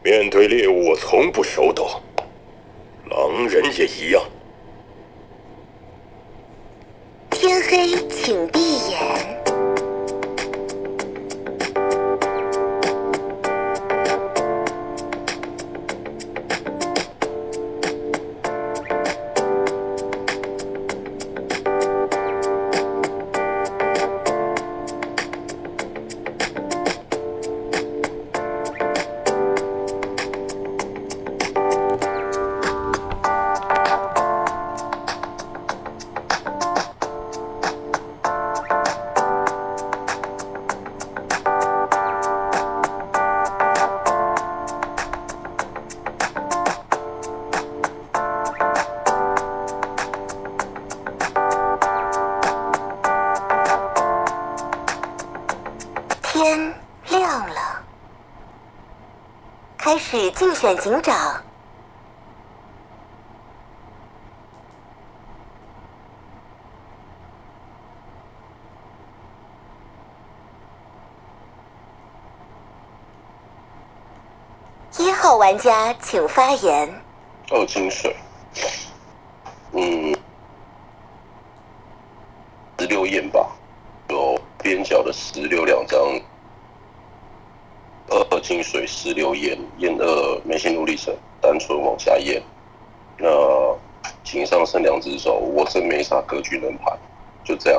面对猎物，我从不手抖。狼人也一样。 天黑请闭眼。天亮了，开始竞选警长。1号玩家请发言。 2金水，16验吧，有边角的16两张，2金水16验，2梅心路历程，单纯往下验。那井上剩2只手，我真没啥格局能盘，就这样。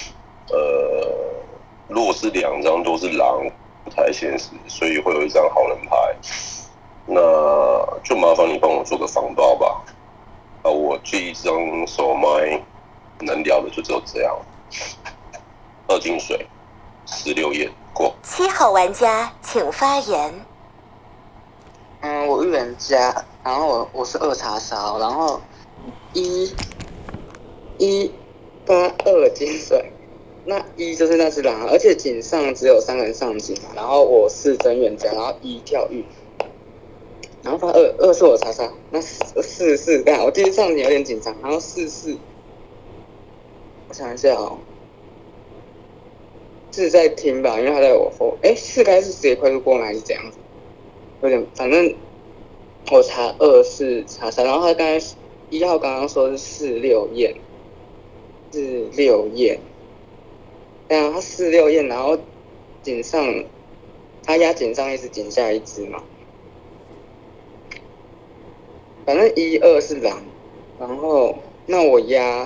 如果是2张都是狼，不太现实，所以会有1张好人牌。那就麻烦你帮我做个防包吧。我这一张手麦能聊的就只有这样。2金水，16验过。 7号玩家请发言。 我预言家，然后我是2查烧，然后182金水，那1就是那只狼，而且井上只有3个人上井，然后我是真预言家，然后1跳狱，然后发2是我查杀，那4这样，我第一次上井有点紧张，然后4，我想一下哦，4在听吧，因为他在我后，4该是直接快速过来还是怎样子？有点，反正我查2是查3，然后他刚才1号刚刚说是46验，46验，然后他46验，然后井上他压井上一直井下1只嘛，反正1、2是狼，然后那我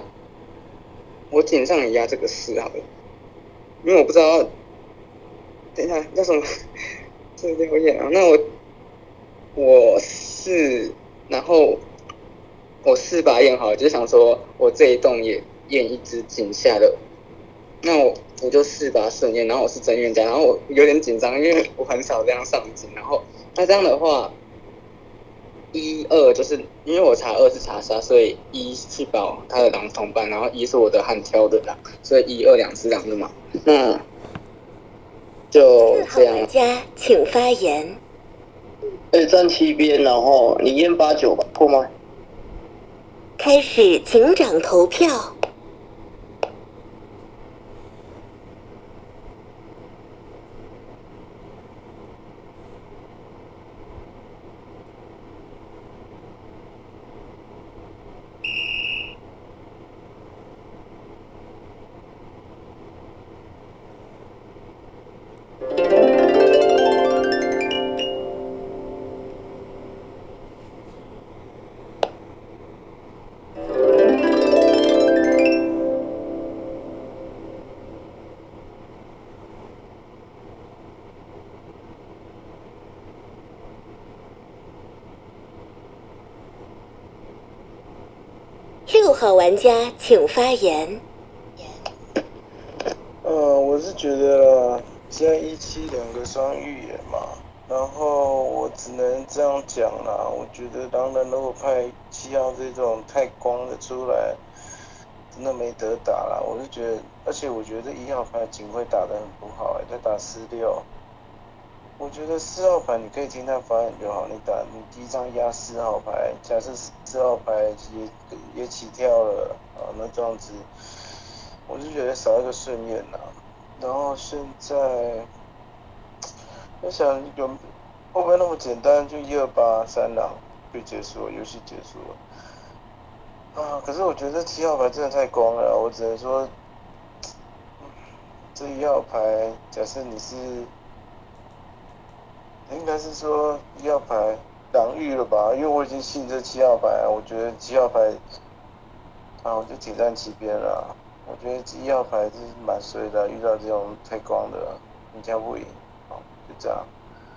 井上也压这个4好了，因为我不知道，等一下叫什么46验啊，那我4，然后我4把验好，就想说我这一栋也验1只井下的，那我就4把顺验，然后我是真预言家，然后我有点紧张，因为我很少这样上井，然后那这样的话，1、2就是因为我查2是查杀，所以1去保他的狼同伴，然后1是我的悍挑的狼，所以1、2两只狼的嘛，那就这样。 4号玩家请发言。 站7边，然后你验8、9吧，过吗？ 开始警长投票。6号玩家请发言。 我是觉得现在172个双预言嘛，然后我只能这样讲啦。我觉得狼人如果派7号这种太光的出来，真的没得打啦。我是觉得，而且我觉得这1号牌警徽打得很不好，在打16。我觉得4号牌你可以听他发言就好，你第一张压4号牌，假设4号牌也起跳了啊，那这样子，我是觉得少一个顺验啦。然后现在我想会不会那么简单就128三狼就结束了，游戏结束了？啊，可是我觉得7号牌真的太光了，我只能说，这1号牌，假设你是，应该是说1号牌狼域了吧？因为我已经信这7号牌了，我觉得7号牌，啊，我就铁站骑边了。我觉得1号牌是蛮衰的，遇到这种太光的，你挑不赢，好，就这样。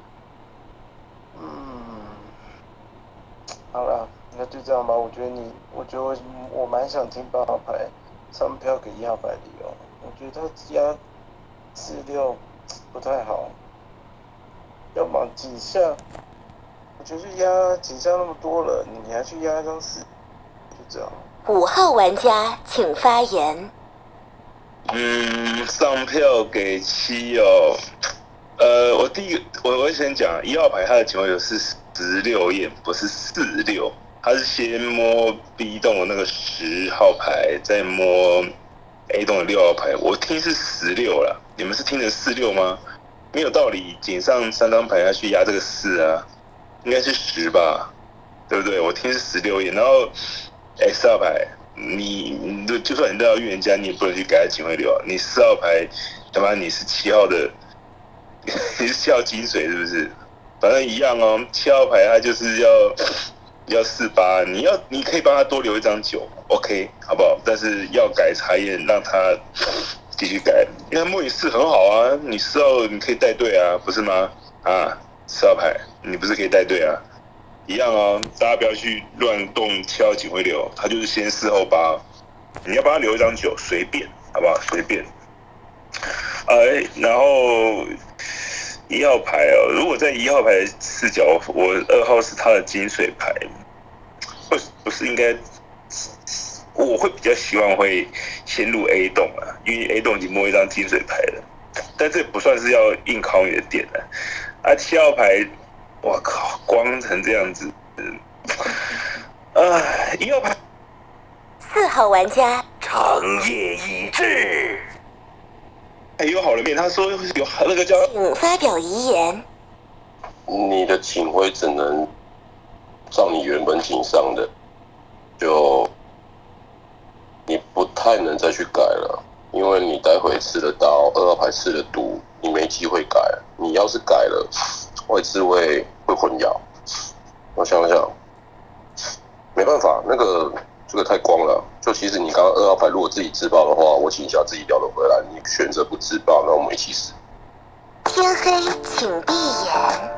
好了，那就这样吧。我觉得我蛮想听8号牌上票给1号牌理由。我觉得他压46不太好，要么井下，我觉得压井下那么多了，你还去压一张4，就这样。 5号玩家请发言。 上票给7哦。我先讲1号牌，他的警徽流是16验，不是46。他是先摸 B 栋的那个10号牌，再摸 A 栋的6号牌。我听是16啦，你们是听的46吗？没有道理，井上3张牌要去压这个4啊，应该是10吧，对不对？我听是16验，然后 X 号牌，你就算你到预言家，你也不能去改警徽流啊。你4号牌，他妈你是7号的。你是7号金水是不是？反正一样哦。7号牌他就是要48，你可以帮他多留一张9 ，OK 好不好？但是要改查验，让他继续改，因为莫里斯很好啊，你4号你可以带队啊，不是吗？啊，4号牌你不是可以带队啊？一样哦，大家不要去乱动7号警徽流，他就是先4后8，你要帮他留一张9，随便好不好？随便。然后1号牌哦，如果在1号牌视角，我2号是他的金水牌，不是应该，我会比较希望会先入 A 栋啊，因为 A 栋已经摸一张金水牌了，但这不算是要硬考你的点了。7号牌，我靠，光成这样子，1号牌 4号玩家长夜已至。 还有好的面，他说有那个叫， 请发表遗言。 你的警徽只能照你原本警上的，就你不太能再去改了，因为你待会吃得到2号牌吃的毒，你没机会改。你要是改了，外置会混淆。我想想，没办法，这个太光了。就其实你刚刚2号牌如果自己自爆的话，我请下自己调得回来。你选择不自爆，那我们一起死。 天黑请闭眼。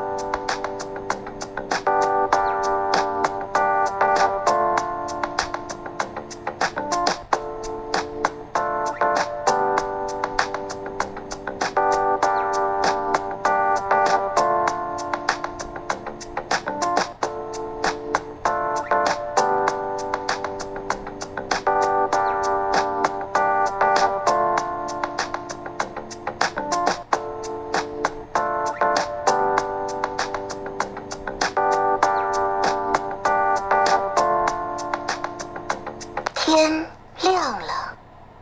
天亮了。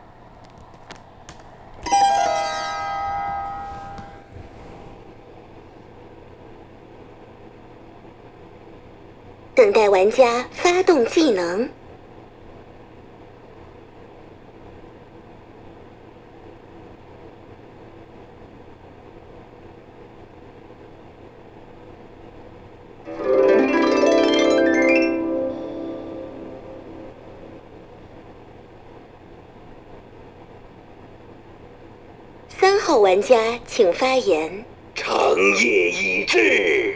等待玩家发动技能。3号玩家请发言。 长夜已至。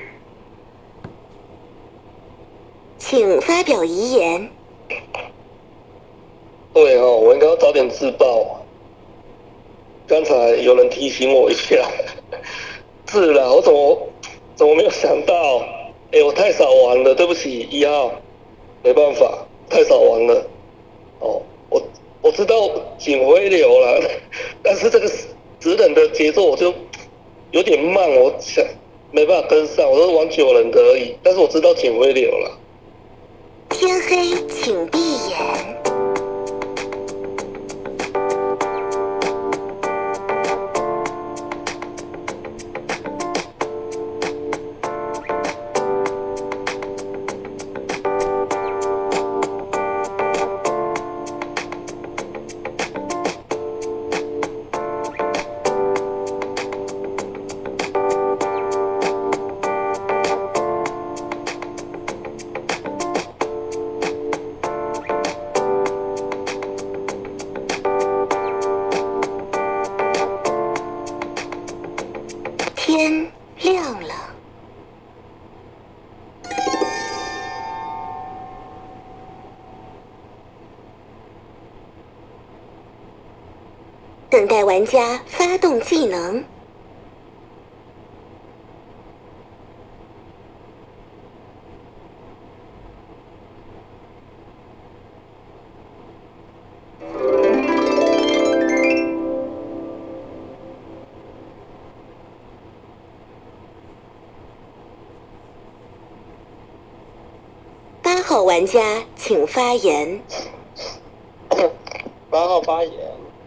请发表遗言。 对哦，我应该要早点自爆。刚才有人提醒我一下，是啦，我怎么没有想到？我太少玩了，对不起1号，没办法，太少玩了。哦，我知道警徽流了，但是这个职人的节奏我就有点慢，我想没办法跟上，我都玩9人的而已，但是我知道警徽流了。 天黑请闭眼。 亮了。等待玩家发动技能。8号玩家请发言。 8号发言。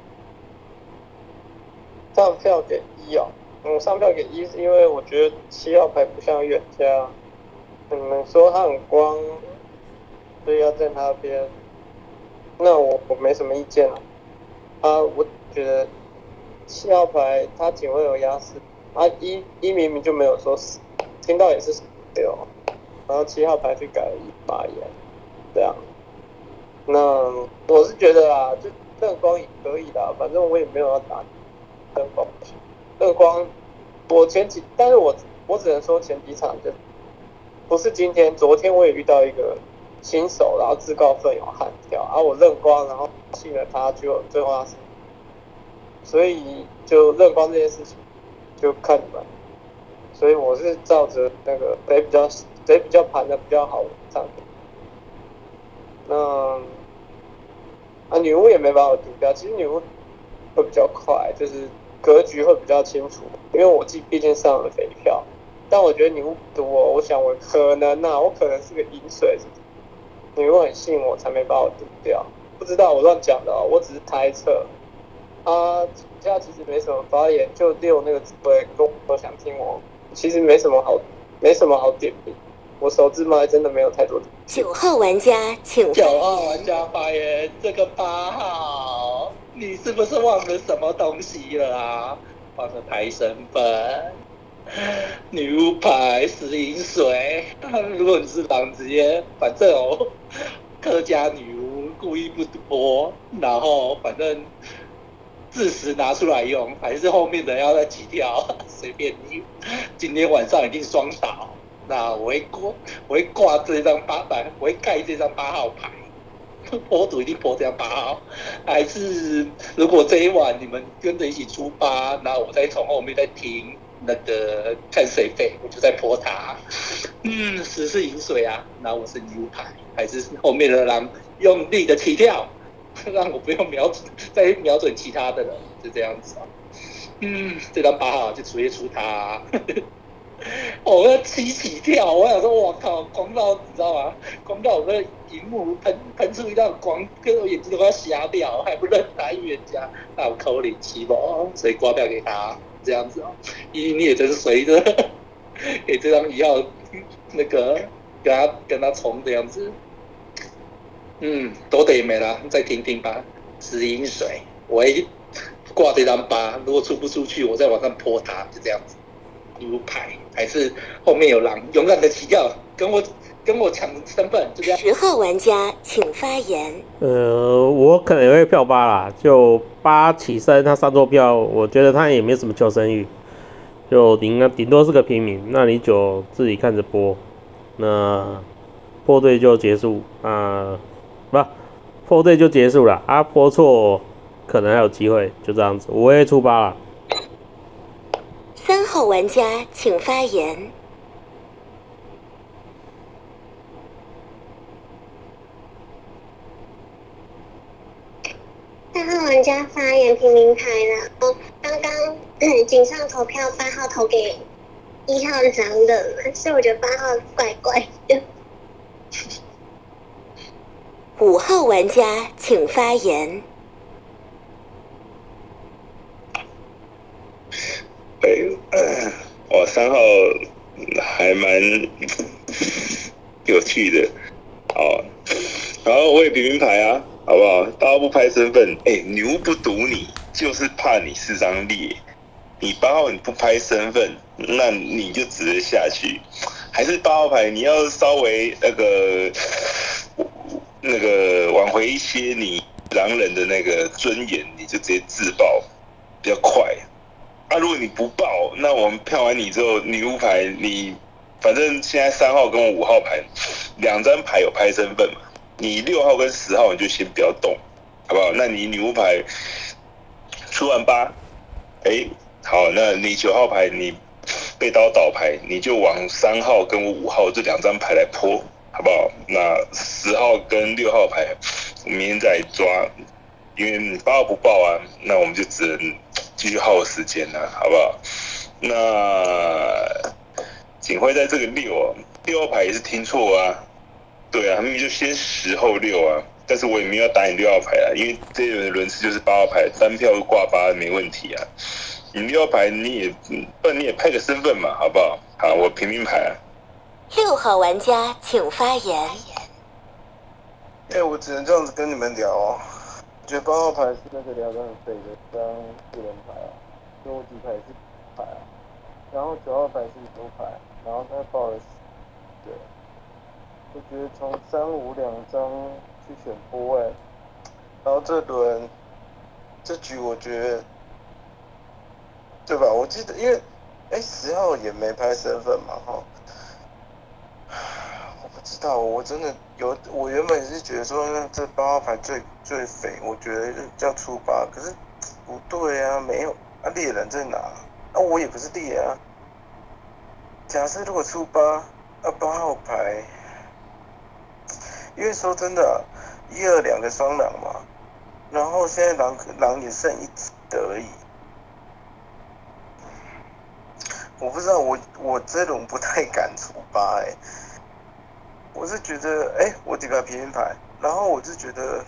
上票给1哦。上票给1是因为我觉得7号牌不像远家。你们说他很光，所以要站他边。那我没什么意见了。我觉得7号牌他警卫有压死，一明明就没有说死，听到也是6，然后7号牌去改了1发言，这样。那我是觉得啊，就正光也可以的，反正我也没有要打正光。正光，但是我只能说前几场就不是今天，昨天我也遇到一个新手，然后自告奋勇悍跳，我认光，然后信了他，就最后他死，所以就认光这件事情就看你们，所以我是照着那个谁比较盘的比较好上。那女巫也没把我赌掉，其实女巫会比较快，就是格局会比较清楚，因为我毕竟上了肥票，但我觉得女巫赌我想我可能我可能是个饮水，女巫很信我才没把我赌掉，不知道我乱讲的哦，我只是猜测。现在其实没什么发言，就6那个职位跟我想听我，其实没什么好点评。我手指嘛真的没有太多。 9号玩家请发言。 9号玩家发言，这个8号，你是不是忘了什么东西了啊？忘了排身份，女巫牌石饮水。如果你是狼职业，反正客家女巫故意不播，然后反正自时拿出来用，还是后面的要再起跳，随便你。今天晚上一定双倒。那我会挂这张我会盖这张8号牌。播赌一定播这张8号，还是如果这一晚你们跟着一起出发，然后我再从后面再听那个看水费，我就再泼他。10是饮水啊，然后我是牛排，还是后面的狼用力的起跳，让我不用再瞄准其他的人，就这样子。这张8号就直接出他。我要起跳，我想说，我靠，光到你知道吗？光到我的荧幕喷出一道光，跟我眼睛都快要瞎掉，还不认他预言家，那我扣07吧，所以挂票给他这样子哦。你也真是随着给这张1号那个跟他冲这样子，都得没了，再听听吧。石饮水，我会挂这张8，如果出不出去，我再往上泼他，就这样子。牛排还是后面有狼，勇敢的起跳，跟我抢身份，就这样。 10号玩家请发言。 我可能也会票8啦，就8起身，他上座票，我觉得他也没什么求生欲，就顶多是个平民，那你就自己看着播，那破队就结束破队就结束了破错可能还有机会，就这样子，我会出8啦。 3号玩家请发言。 3号玩家发言平民牌，然后刚刚井上投票8号投给1号狼人嘛，所以我觉得8号怪怪的。 5号玩家请发言。 3号还蛮有趣的然后我也平民牌啊，好不好？大家不拍身份，牛不赌你，就是怕你4张裂。你8号你不拍身份，那你就直接下去。还是8号牌，你要稍微那个挽回一些你狼人的那个尊严，你就直接自爆，比较快。 啊，如果你不报，那我们票完你之后，女巫牌你反正现在3号跟我5号牌2张牌有拍身份嘛，你6号跟10号你就先不要动，好不好？那你女巫牌出完8，好，那你9号牌你被刀倒牌，你就往3号跟我5号这2张牌来泼，好不好？那10号跟6号牌我明天再抓，因为你8号不报啊，那我们就只能继续耗时间了，好不好？那警徽在这个6号牌也是听错啊，对啊，他们就先10后6啊，但是我也没有要打你6号牌啊，因为这一轮的轮次就是8号牌，单票挂8没问题啊。你6号牌不然你也派个身份嘛，好不好？好，我平民牌啊。 6号玩家请发言。 我只能这样子跟你们聊哦。我觉得8号牌是那个聊得很废的一张4人牌啊，最后几牌是牌啊，然后9号牌是牛牌，然后他报了10对。我觉得从3、5两张去选波然后这局我觉得，对吧？我记得因为10号也没拍身份嘛，哈。我不知道，我真的我原本也是觉得说，那这8号牌最肥，我觉得叫出8，可是不对啊，没有啊，猎人在哪？啊，我也不是猎啊。假设如果出8，啊8号牌。因为说真的，1、2两个双狼嘛，然后现在狼也剩1只而已。我不知道，我这种不太敢出8我是觉得我底牌平民牌，然后我是觉得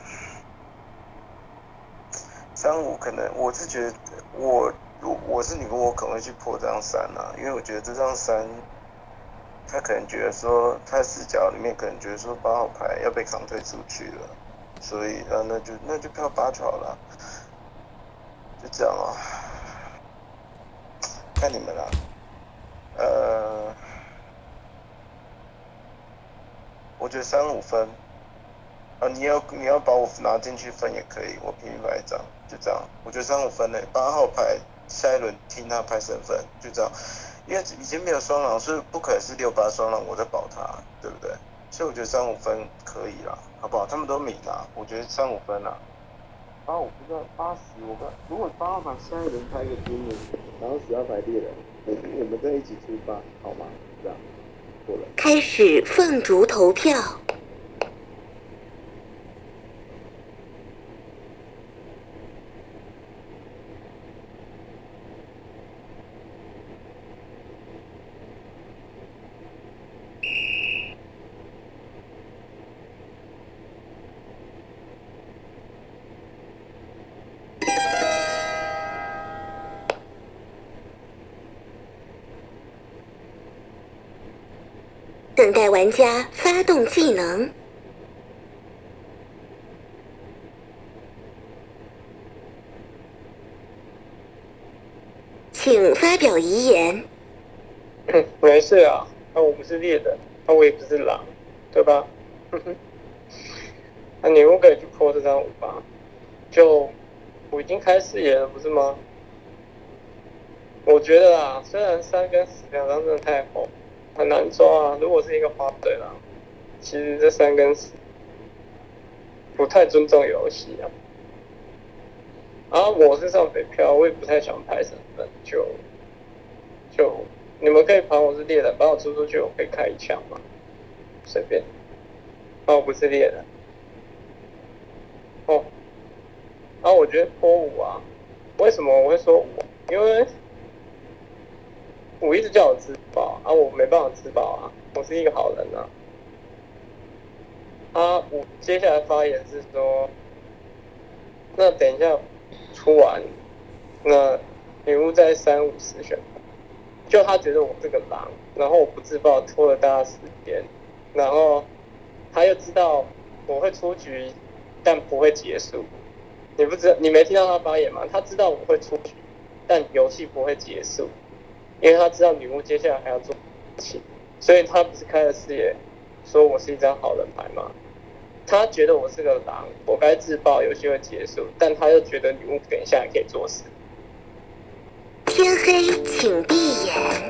3、5可能，我是觉得我是你们，我可能会去破这张3啊，因为我觉得这张3。他可能觉得说，他视角里面可能觉得说8号牌要被扛推出去了，所以那就票8就好了，就这样啊，看你们啦。我觉得3、5分，你要把我拿进去分也可以，我平民牌一张，就这样。我觉得3、5分8号牌下一轮听他拍身份，就这样。因为以前没有双狼，所以不可能是6、8双狼，我在保他，对不对？所以我觉得3、5分可以啦，好不好？他们都明啦，我觉得3、5分啦。我不知道80，如果8号牌下一轮拍一个军民，然后10号牌猎人，我们再一起出8，好吗？这样，过了。 开始凤竹投票。等待玩家发动技能，请发表遗言。 没事啊，我不是猎人，我也不是狼，对吧？那你不可以去破这张5吧？就我已经开视野了，不是吗？我觉得啊，虽然3跟10两张真的太红，很难抓啊。如果是一个花水狼，其实这3跟10不太尊重游戏啊。我是上北票，我也不太想拍身份，就你们可以盘我是猎人，把我出去，我可以开1枪嘛，随便。我不是猎人。我觉得破5啊，为什么我会说5？因为5一直叫我自爆我没办法自爆啊，我是一个好人啊。5接下来发言是说，那等一下出完，那女巫在3、5、10选，就他觉得我这个狼，然后我不自爆拖了大家时间，然后他又知道我会出局，但不会结束。你没听到他发言吗？他知道我会出局，但游戏不会结束，因为他知道女巫接下来还要做事情，所以他不是开了视野，说我是一张好人牌吗？他觉得我是个狼，我该自爆，游戏会结束，但他又觉得女巫等一下还可以做事。 天黑请闭眼。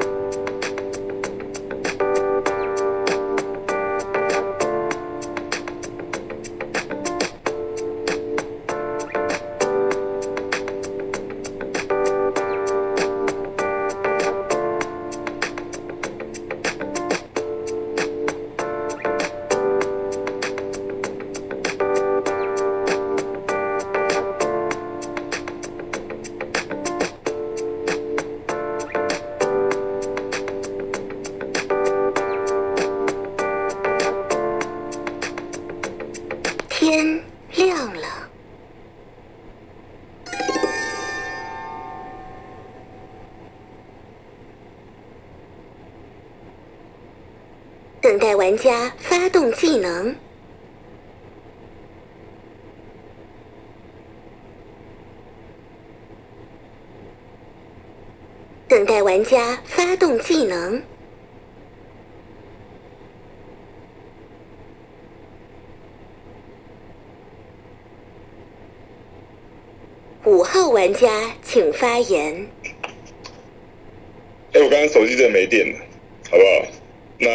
天亮了，等待玩家发动技能。等待玩家发动技能。5号玩家请发言。 我刚刚手机真的没电了，好不好？那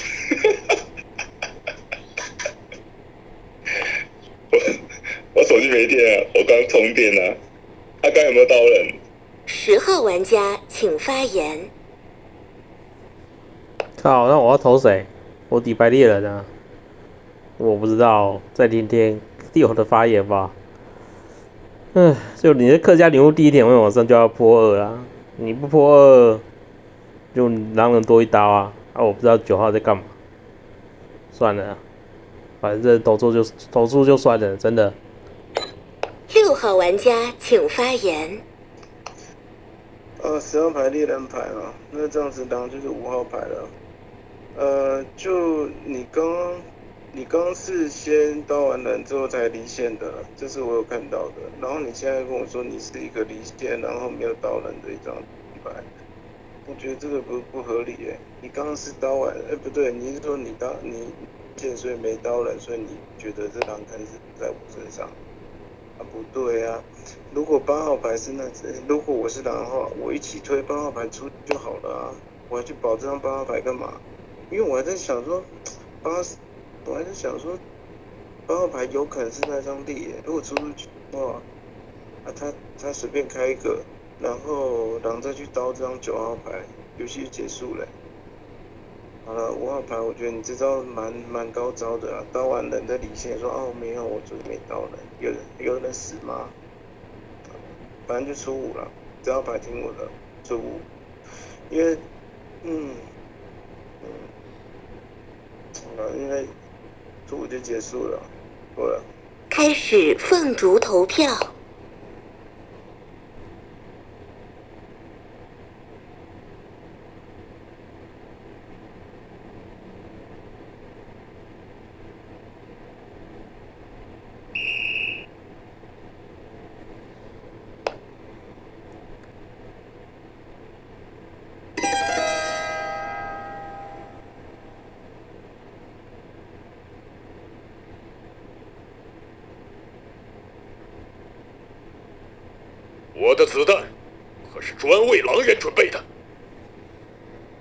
我手机没电啊，我刚充电啊。刚有没有刀人 10号玩家请发言。 靠，那我要投谁？我底牌猎人啊。我不知道，再听听Dio的发言吧。就你的客家礼物第一天往上就要破2啦，你不破2，就狼人多一刀啊！我不知道9号在干嘛，算了，反正投出就算了，真的。 6号玩家请发言。 10号牌猎人牌嘛，那这样子狼就是5号牌了。就你刚刚是先刀完人之后才离线的，这是我有看到的。然后你现在跟我说你是一个离线，然后没有刀人的一张牌，我觉得这个不合理耶。你刚刚是刀完，不对，你是说你线所以没刀人，所以你觉得这狼坑是在我身上？不对啊。如果8号牌是如果我是狼的话，我一起推8号牌出就好了啊。我还去保这张8号牌干嘛？因为我还在想说8号牌有可能是那张列，如果出去的话，他随便开一个，然后狼再去刀这张9号牌，游戏就结束了。好了，5号牌，我觉得你这招蛮高招的啊！刀完人的理线说哦没有，我昨天没刀人，有人死吗？反正就出5了，这号牌听我的，出5，因为好了，因为出5就结束了，够了。 开始凤竹投票。 我的子弹可是专为狼人准备的。